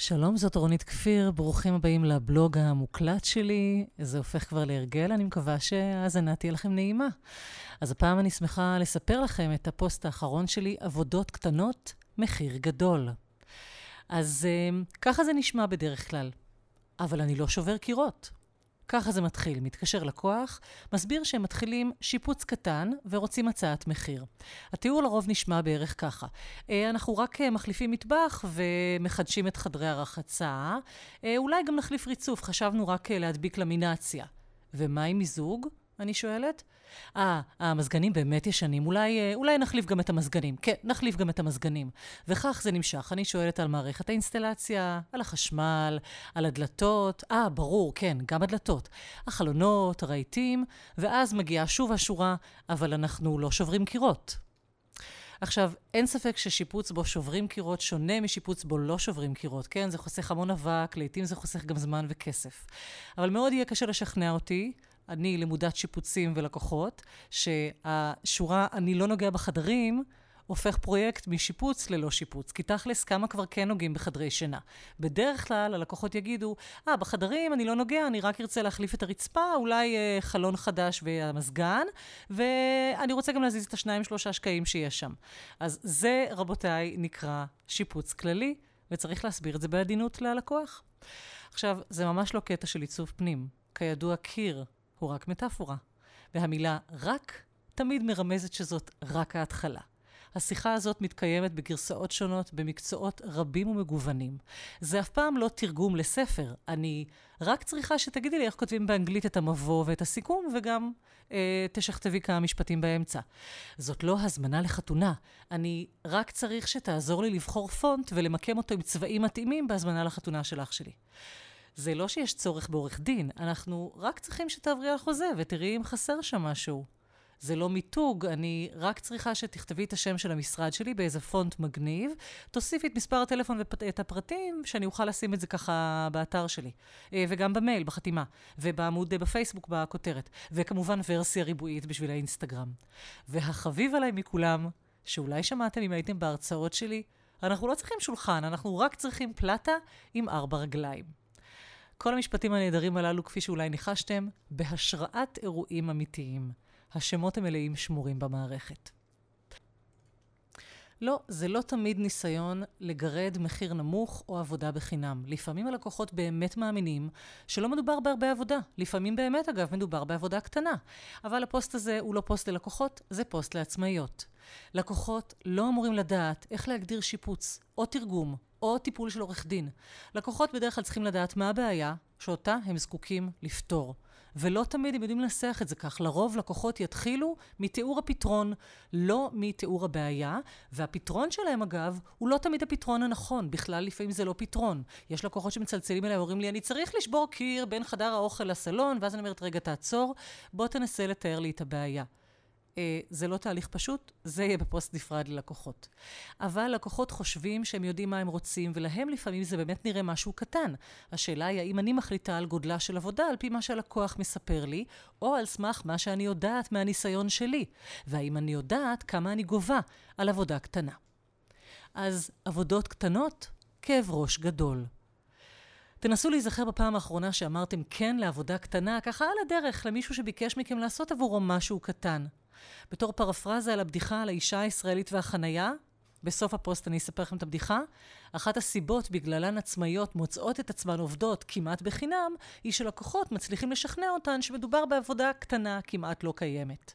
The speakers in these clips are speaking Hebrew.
שלום, זאת רונית כפיר, ברוכים הבאים לבלוג המוקלט שלי. זה הופך כבר להרגל, אני מקווה שהאזנה תהיה לכם נעימה. אז הפעם אני שמחה לספר לכם את הפוסט האחרון שלי, עבודות קטנות, מחיר גדול. אז ככה זה נשמע בדרך כלל, אבל אני לא שובר קירות. ככה זה מתחיל, מתקשר לקוח, מסביר שהם מתחילים שיפוץ קטן ורוצים הצעת מחיר. התיאור לרוב נשמע בערך ככה. אנחנו רק מחליפים מטבח ומחדשים את חדרי הרחצה. אולי גם נחליף ריצוף, חשבנו רק להדביק למינציה. ומה עם מיזוג? אני שואלת. המזגנים באמת ישנים, אולי נחליף גם את המזגנים. כן, נחליף גם את המזגנים. וכך זה נמשך. אני שואלת על מערכת האינסטלציה, על החשמל, על הדלתות. ברור, כן, גם הדלתות. החלונות, הרהיטים, ואז מגיעה שוב השורה, אבל אנחנו לא שוברים קירות. עכשיו, אין ספק ששיפוץ בו שוברים קירות שונה משיפוץ בו לא שוברים קירות. כן, זה חוסך המון אבק, לעתים זה חוסך גם זמן וכסף. אבל מאוד יהיה קשה לשכנע אותי, אני למודת שיפוצים ולקוחות, שהשורה אני לא נוגע בחדרים, הופך פרויקט משיפוץ ללא שיפוץ. כי תכלס כמה כבר כן נוגעים בחדרי שינה. בדרך כלל הלקוחות יגידו, בחדרים אני לא נוגע, אני רק ארצה להחליף את הרצפה, אולי חלון חדש והמזגן, ואני רוצה גם להזיז את 2-3 שקעים שיש שם. אז זה, רבותיי, נקרא שיפוץ כללי, וצריך להסביר את זה בעדינות ללקוח. עכשיו, זה ממש לא קטע של עיצוב פנים. כידוע, קיר הוא רק מטאפורה, והמילה רק תמיד מרמזת שזאת רק ההתחלה. השיחה הזאת מתקיימת בגרסאות שונות במקצועות רבים ומגוונים. זה אף פעם לא תרגום לספר. אני רק צריכה שתגידי לי איך כותבים באנגלית את המבוא ואת הסיכום, וגם תשכתבי כמה משפטים באמצע. זאת לא הזמנה לחתונה. אני רק צריך שתעזור לי לבחור פונט ולמקם אותו עם צבעים מתאימים בהזמנה לחתונה של אח שלי. זה לא שיש צורך בעורך דין, אנחנו רק צריכים שתעברי על חוזה ותראי אם חסר שם משהו. זה לא מיתוג, אני רק צריכה שתכתבי את השם של המשרד שלי באיזה פונט מגניב, תוסיפי את מספר הטלפון ואת הפרטים, שאני אוכל לשים את זה ככה באתר שלי. וגם במייל, בחתימה, ובעמוד בפייסבוק בכותרת, וכמובן ורסיה ריבועית בשביל האינסטגרם. והחביב עליי מכולם, שאולי שמעתם אם הייתם בהרצאות שלי, אנחנו לא צריכים שולחן, אנחנו רק צריכים פלטה עם 4 רגליים. כל המשפטים הנהדרים הללו, כפי שאולי ניחשתם, בהשראת אירועים אמיתיים. השמות המלאים שמורים במערכת. לא, זה לא תמיד ניסיון לגרד מחיר נמוך או עבודה בחינם. לפעמים הלקוחות באמת מאמינים שלא מדובר בהרבה עבודה. לפעמים באמת, אגב, מדובר בעבודה קטנה. אבל הפוסט הזה הוא לא פוסט ללקוחות, זה פוסט לעצמאיות. לקוחות לא אמורים לדעת איך להגדיר שיפוץ, או תרגום, או טיפול של עורך דין. לקוחות בדרך כלל צריכים לדעת מה הבעיה שאותה הם זקוקים לפתור. ולא תמיד הם יודעים לנסח את זה כך. לרוב לקוחות יתחילו מתיאור הפתרון, לא מתיאור הבעיה, והפתרון שלהם אגב הוא לא תמיד הפתרון הנכון. בכלל לפעמים זה לא פתרון. יש לקוחות שמצלצלים אליי ואומרים לי, אני צריך לשבור קיר בין חדר האוכל לסלון, ואז אני אומרת, רגע תעצור, בוא תנסה לתאר לי את הבעיה. זה לא תהליך פשוט, זה יהיה בפוסט נפרד ללקוחות. אבל לקוחות חושבים שהם יודעים מה הם רוצים, ולהם לפעמים זה באמת נראה משהו קטן. השאלה היא, האם אני מחליטה על גודלה של עבודה, על פי מה שהלקוח מספר לי, או על סמך מה שאני יודעת מהניסיון שלי, והאם אני יודעת כמה אני גובה על עבודה קטנה. אז עבודות קטנות, כאב ראש גדול. תנסו להיזכר בפעם האחרונה שאמרתם כן לעבודה קטנה, ככה על הדרך, למישהו שביקש מכם לעשות עבורו משהו קטן. בתור פרפרזה על הבדיחה על האישה הישראלית והחנייה, בסוף הפוסט אני אספר לכם את הבדיחה, אחת הסיבות בגללן עצמאיות מוצאות את עצמן עובדות כמעט בחינם, היא שלקוחות מצליחים לשכנע אותן שמדובר בעבודה קטנה כמעט לא קיימת.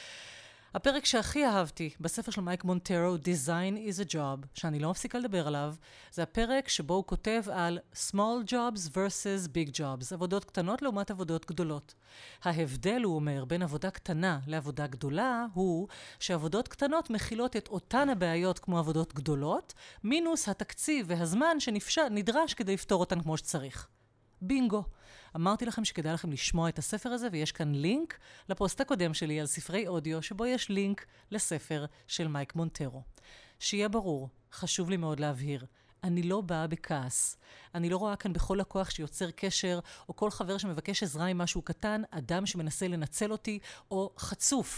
הפרק שהכי אהבתי בספר של מייק מונטרו, Design is a Job, שאני לא מפסיקה לדבר עליו, זה הפרק שבו הוא כותב על Small Jobs versus Big Jobs, עבודות קטנות לעומת עבודות גדולות. ההבדל, הוא אומר, בין עבודה קטנה לעבודה גדולה, הוא שעבודות קטנות מכילות את אותן הבעיות כמו עבודות גדולות, מינוס התקציב והזמן שנדרש כדי לפתור אותן כמו שצריך. בינגו. אמרתי לכם שכדאי לכם לשמוע את הספר הזה, ויש כאן לינק לפוסט הקודם שלי על ספרי אודיו, שבו יש לינק לספר של מייק מונטרו. שיהיה ברור, חשוב לי מאוד להבהיר, אני לא באה בכעס. אני לא רואה כאן בכל לקוח שיוצר קשר, או כל חבר שמבקש עזרה עם משהו קטן, אדם שמנסה לנצל אותי, או חצוף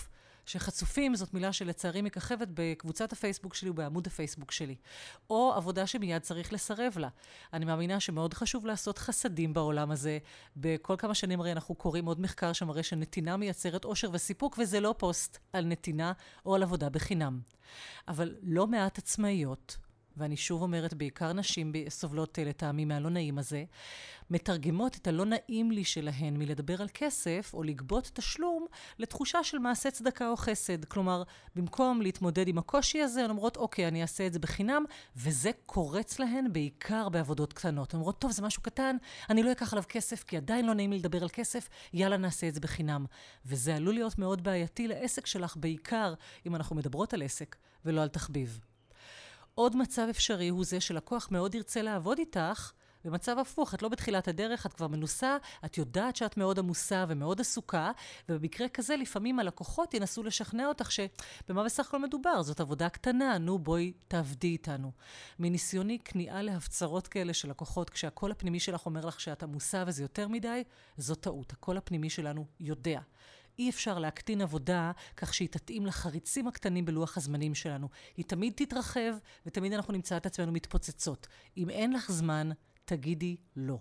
שחשופים זאת מילה שלצערי מככבת בקבוצת הפייסבוק שלי ובעמוד הפייסבוק שלי. או עבודה שמיד צריך לסרב לה. אני מאמינה שמאוד חשוב לעשות חסדים בעולם הזה. בכל כמה שנים הרי אנחנו קוראים עוד מחקר שמראה שנתינה מייצרת אושר וסיפוק, וזה לא פוסט על נתינה או על עבודה בחינם. אבל לא מעט עצמאיות, ואני שוב אומרת, בעיקר נשים סובלות לטעמי מהלא נעים הזה, מתרגמות את הלא נעים לי שלהן מלדבר על כסף או לגבות תשלום לתחושה של מעשה צדקה או חסד. כלומר, במקום להתמודד עם הקושי הזה, הן אומרות, אוקיי, אני אעשה את זה בחינם, וזה קורץ להן בעיקר בעבודות קטנות. הן אומרות, טוב, זה משהו קטן, אני לא אקח עליו כסף, כי עדיין לא נעים לי לדבר על כסף, יאללה, נעשה את זה בחינם. וזה עלול להיות מאוד בעייתי לעסק שלך, בעיקר אם אנחנו מדברות על עסק ולא על תחביב. עוד מצב אפשרי הוא זה שלקוח מאוד ירצה לעבוד איתך, במצב הפוך, את לא בתחילת הדרך, את כבר מנוסה, את יודעת שאת מאוד עמוסה ומאוד עסוקה, ובמקרה כזה לפעמים הלקוחות ינסו לשכנע אותך שבמה בסך הכל מדובר, זאת עבודה קטנה, נו בואי תעבדי איתנו. מניסיוני כניעה להפצרות כאלה של לקוחות, כשהקול הפנימי שלך אומר לך שאת עמוסה וזה יותר מדי, זו טעות. הקול הפנימי שלנו יודע. אי אפשר להקטין עבודה כך שהיא תתאים לחריצים הקטנים בלוח הזמנים שלנו. היא תמיד תתרחב ותמיד אנחנו נמצא את עצמנו מתפוצצות. אם אין לך זמן, תגידי לא.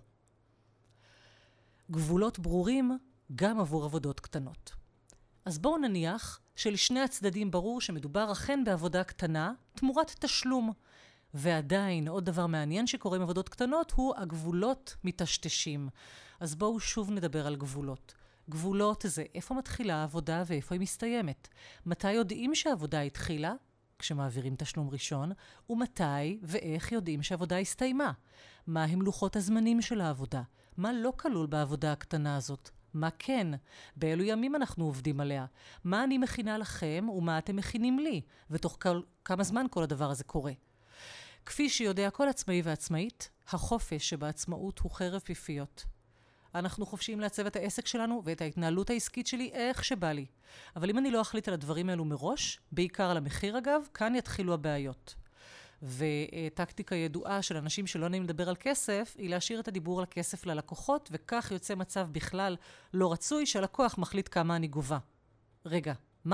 גבולות ברורים גם עבור עבודות קטנות. אז בואו נניח שלשני הצדדים ברור שמדובר אכן בעבודה קטנה תמורת תשלום. ועדיין עוד דבר מעניין שקורה עם עבודות קטנות הוא הגבולות מטשטשים. אז בואו שוב נדבר על גבולות. גבולות זה איפה מתחילה העבודה ואיפה היא מסתיימת. מתי יודעים שהעבודה התחילה? כשמעבירים תשלום ראשון. ומתי ואיך יודעים שהעבודה הסתיימה? מה הם לוחות הזמנים של העבודה? מה לא כלול בעבודה הקטנה הזאת? מה כן? באילו ימים אנחנו עובדים עליה? מה אני מכינה לכם ומה אתם מכינים לי? ותוך כמה זמן כל הדבר הזה קורה? כפי שיודע כל עצמאי ועצמאית, החופש שבעצמאות הוא חרב פיפיות. אנחנו חופשיים לעצב את העסק שלנו ואת ההתנהלות העסקית שלי איך שבא לי. אבל אם אני לא אחליט על הדברים האלו מראש, בעיקר על המחיר אגב, כאן יתחילו הבעיות. וטקטיקה ידועה של אנשים שלא נעים לדבר על כסף, היא להשאיר את הדיבור על כסף ללקוחות, וכך יוצא מצב בכלל לא רצוי שהלקוח מחליט כמה אני גובה. רגע, מה?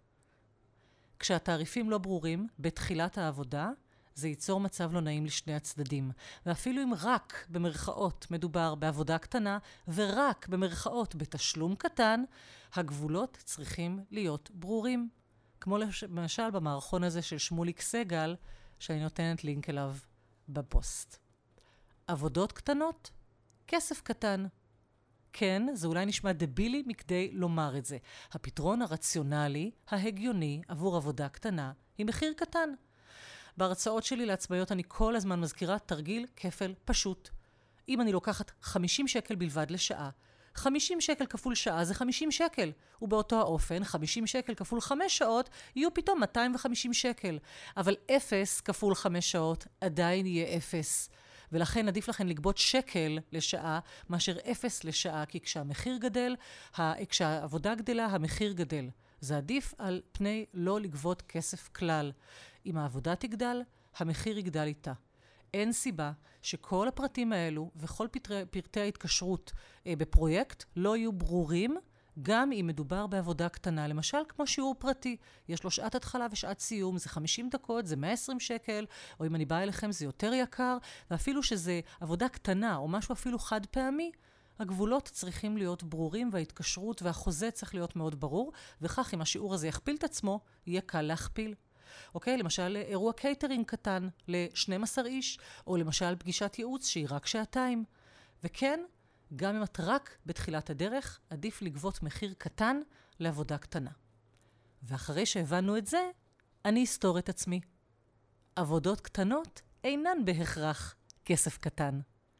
כשהתעריפים לא ברורים, בתחילת העבודה, זה ייצור מצב לא נעים לשני הצדדים. ואפילו אם רק במרכאות מדובר בעבודה קטנה, ורק במרכאות בתשלום קטן, הגבולות צריכים להיות ברורים. כמו למשל במערכון הזה של שמוליק סגל, שאני נותנת לינק אליו בפוסט. עבודות קטנות, כסף קטן. כן, זה אולי נשמע דבילי מכדי לומר את זה. הפתרון הרציונלי, ההגיוני עבור עבודה קטנה, היא מחיר קטן. בהרצאות שלי לעצמאיות אני כל הזמן מזכירה תרגיל כפל פשוט. אם אני לוקחת 50 שקל בלבד לשעה, 50 שקל כפול שעה זה 50 שקל, ובאותו האופן 50 שקל כפול 5 שעות יהיו פתאום 250 שקל, אבל 0 כפול 5 שעות עדיין יהיה 0. ולכן עדיף לכן לגבות שקל לשעה מאשר 0 לשעה, כי כשהמחיר גדל, כשהעבודה גדלה, המחיר גדל. זה עדיף על פני לא לגבות כסף כלל. אם העבודה תגדל, המחיר יגדל איתה. אין סיבה שכל הפרטים האלו וכל פרטי ההתקשרות בפרויקט לא יהיו ברורים, גם אם מדובר בעבודה קטנה. למשל, כמו שיעור פרטי, יש לו שעת התחלה ושעת סיום, זה 50 דקות, זה 120 שקל, או אם אני באה אליכם זה יותר יקר, ואפילו שזה עבודה קטנה או משהו אפילו חד פעמי, הגבולות צריכים להיות ברורים וההתקשרות והחוזה צריך להיות מאוד ברור, וכך אם השיעור הזה יכפיל את עצמו, יהיה קל להכפיל. אוקיי? למשל אירוע קייטרינג קטן ל-12 איש, או למשל פגישת ייעוץ שהיא רק 2 שעות. וכן, גם אם את רק בתחילת הדרך, עדיף לגבות מחיר קטן לעבודה קטנה. ואחרי שהבנו את זה, אני אסתור את עצמי. עבודות קטנות אינן בהכרח כסף קטן.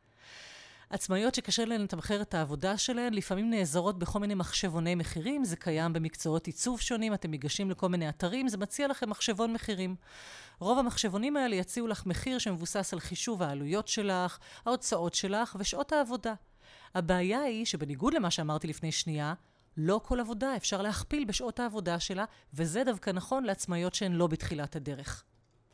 עצמאיות שקשה להן לתמחר את העבודה שלהן, לפעמים נעזרות בכל מיני מחשבוני מחירים, זה קיים במקצועות עיצוב שונים, אתם ניגשים לכל מיני אתרים, זה מציע לכם מחשבון מחירים. רוב המחשבונים האלה יציעו לך מחיר שמבוסס על חישוב העלויות שלך, ההוצאות שלך ושעות העבודה. הבעיה היא שבניגוד למה שאמרתי לפני שנייה, לא כל עבודה אפשר להכפיל בשעות העבודה שלה, וזה דווקא נכון לעצמאיות שהן לא בתחילת הדרך.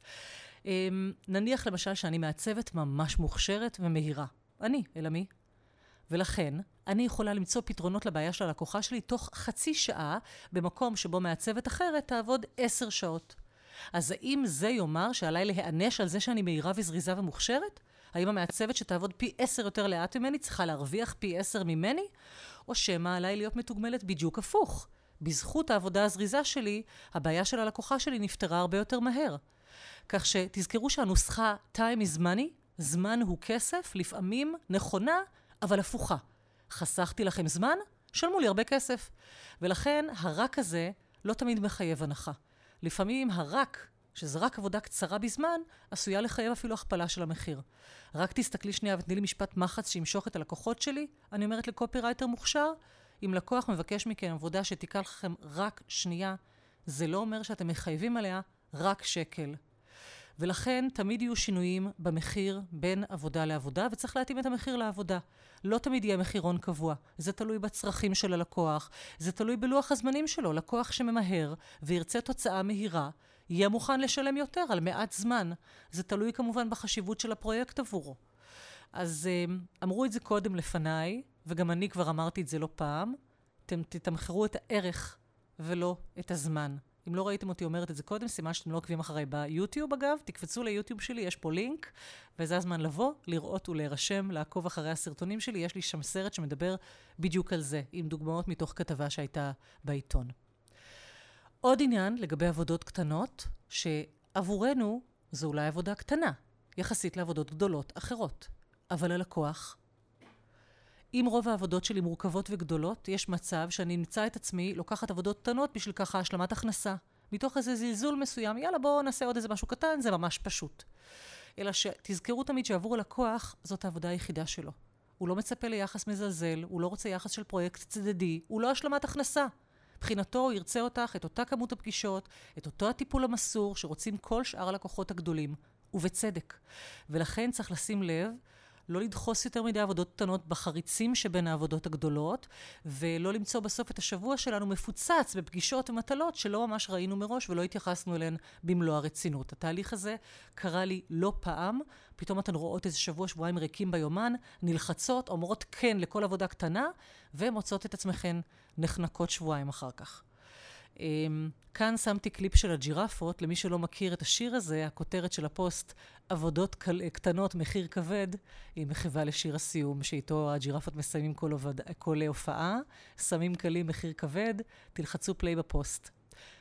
נניח למשל שאני מעצבת ממש מוכשרת ומהירה. אני, אלא מי? ולכן, אני יכולה למצוא פתרונות לבעיה של הלקוחה שלי תוך חצי שעה, במקום שבו מעצבת אחרת תעבוד 10 שעות. אז האם זה יאמר שעליי להיענש על זה שאני מהירה וזריזה ומוכשרת? האם המעצבת שתעבוד פי 10 יותר לאט ממני צריכה להרוויח פי 10 ממני? או שמא עליי להיות מתוגמלת בדיוק הפוך? בזכות העבודה הזריזה שלי, הבעיה של הלקוחה שלי נפתרה הרבה יותר מהר. כך שתזכרו שהנוסחה time is money, זמן הוא כסף, לפעמים נכונה, אבל הפוכה. חסכתי לכם זמן, שלמו לי הרבה כסף. ולכן הרק הזה לא תמיד מחייב הנחה. לפעמים הרק, שזה רק עבודה קצרה בזמן, עשויה לחייב אפילו הכפלה של המחיר. רק תסתכלי שנייה ותני לי משפט מחץ שימשוך את הלקוחות שלי. אני אומרת לקופירייטר מוכשר, אם לקוח מבקש מכם עבודה שתיקח לכם רק שנייה, זה לא אומר שאתם מחייבים עליה רק שקל. ולכן תמיד יהיו שינויים במחיר בין עבודה לעבודה, וצריך להתאים את המחיר לעבודה. לא תמיד יהיה מחירון קבוע. זה תלוי בצרכים של הלקוח, זה תלוי בלוח הזמנים שלו. לקוח שממהר וירצה תוצאה מהירה, יהיה מוכן לשלם יותר על מעט זמן. זה תלוי כמובן בחשיבות של הפרויקט עבורו. אז אמרו את זה קודם לפניי, וגם אני כבר אמרתי את זה לא פעם, אתם תתמחרו את הערך ולא את הזמן. אם לא ראיתם אותי אומרת את זה קודם, סימן שאתם לא עוקבים אחריי ביוטיוב אגב, תקפצו ליוטיוב שלי, יש פה לינק, וזה הזמן לבוא, לראות ולהירשם, לעקוב אחרי הסרטונים שלי, יש לי שם סרט שמדבר בדיוק על זה, עם דוגמאות מתוך כתבה שהייתה בעיתון. עוד עניין לגבי עבודות קטנות, שעבורנו זו אולי עבודה קטנה, יחסית לעבודות גדולות אחרות, אבל הלקוח, אם רוב העבודות שלי מורכבות וגדולות, יש מצב שאני נמצא את עצמי לוקחת עבודות קטנות בשביל ככה השלמת הכנסה. מתוך איזה זלזול מסוים, יאללה בואו נעשה עוד איזה משהו קטן, זה ממש פשוט. אלא שתזכרו תמיד שעבור הלקוח זאת העבודה היחידה שלו. הוא לא מצפה ליחס מזלזל, הוא לא רוצה יחס של פרויקט צדדי, הוא לא השלמת הכנסה. מבחינתו הוא ירצה אותך את אותה כמות הפגישות, את אותו הטיפול המסור שרוצים כל שאר הלקוחות הגדולים, ובצדק. ולכן צריך לשים לב לא לדחוס יותר מדי עבודות קטנות בחריצים שבין העבודות הגדולות, ולא למצוא בסוף את השבוע שלנו מפוצץ בפגישות ומטלות שלא ממש ראינו מראש ולא התייחסנו אליהן במלוא הרצינות. התהליך הזה קרה לי לא פעם, פתאום אתן רואות איזה שבועיים ריקים ביומן, נלחצות, אומרות כן לכל עבודה קטנה, ומוצאות את עצמכן נחנקות שבועיים אחר כך. כאן שמתי קליפ של הג'ירפות, למי שלא מכיר את השיר הזה, הכותרת של הפוסט, עבודות קטנות, מחיר כבד, היא מכיבה לשיר הסיום, שאיתו הג'ירפות מסיימים כל הופעה, שמים קלים מחיר כבד, תלחצו פליי בפוסט.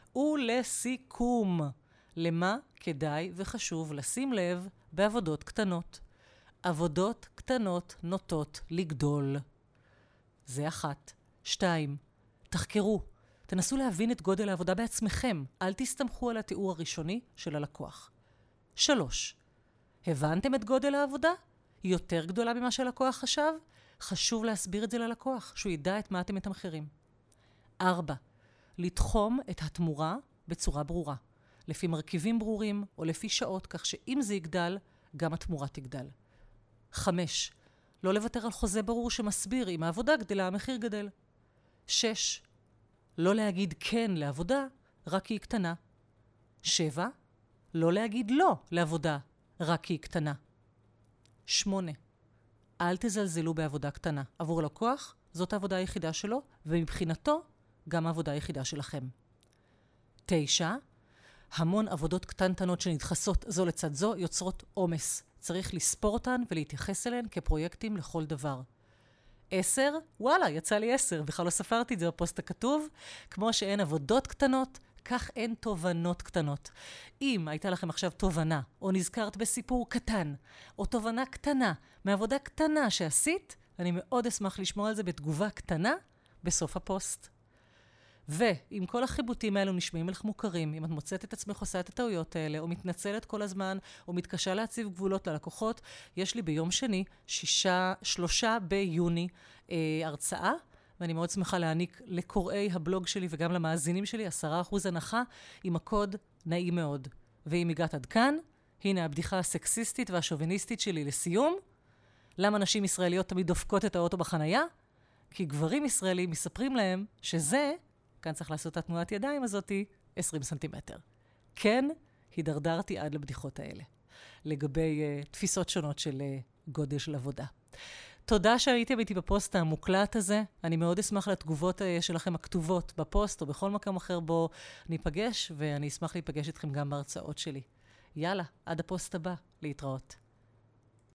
ולסיכום, למה כדאי וחשוב לשים לב בעבודות קטנות? עבודות קטנות נוטות לגדול. זה 1. 2. תחקרו. תנסו להבין את גודל העבודה בעצמכם. אל תסתמכו על התיאור הראשוני של הלקוח. 3. הבנתם את גודל העבודה? היא יותר גדולה ממה שהלקוח חשב? חשוב להסביר את זה ללקוח, שהוא ידע את מה אתם מתמחרים. 4. לתחום את התמורה בצורה ברורה. לפי מרכיבים ברורים או לפי שעות, כך שאם זה יגדל, גם התמורה תגדל. 5. לא לוותר על חוזה ברור שמסביר אם העבודה גדלה, המחיר גדל. 6. לא להגיד כן לעבודה, רק כי היא קטנה. 7. לא להגיד לא לעבודה, רק כי היא קטנה. 8. אל תזלזלו בעבודה קטנה. עבור לקוח, זאת העבודה היחידה שלו, ומבחינתו, גם העבודה היחידה שלכם. 9. המון עבודות קטנטנות שנדחסות זו לצד זו יוצרות עומס. צריך לספור אותן ולהתייחס אליהן כפרויקטים לכל דבר. 10, וואלה, יצא לי 10, בכלל לא ספרתי את זה בפוסט הכתוב. כמו שאין עבודות קטנות, כך אין תובנות קטנות. אם הייתה לכם עכשיו תובנה, או נזכרת בסיפור קטן, או תובנה קטנה, מעבודה קטנה שעשית, אני מאוד אשמח לשמוע על זה בתגובה קטנה בסוף הפוסט. ואם כל החיבוטים האלו נשמעים לך מוכרים, אם את מוצאת את עצמך עושה את הטעויות האלה, או מתנצלת כל הזמן, או מתקשה להציב גבולות ללקוחות, יש לי ביום שני, 3 ביוני, הרצאה, ואני מאוד שמחה להעניק לקוראי הבלוג שלי וגם למאזינים שלי 10% הנחה עם הקוד נעים מאוד. ואם הגעת עד כאן, הנה הבדיחה הסקסיסטית והשוביניסטית שלי לסיום. למה נשים ישראליות תמיד דופקות את האוטו בחנייה? כי גברים ישראלים מספרים להם שזה, כאן צריך לעשות את התנועת ידיים הזאתי, 20 סנטימטר. כן, הידרדרתי עד לבדיחות האלה, לגבי תפיסות שונות של גודל של עבודה. תודה שהייתם איתי בפוסט המוקלט הזה. אני מאוד אשמח לתגובות שלכם הכתובות בפוסט או בכל מקום אחר בו ניפגש, ואני אשמח להיפגש איתכם גם בהרצאות שלי. יאללה, עד הפוסט הבא. להתראות.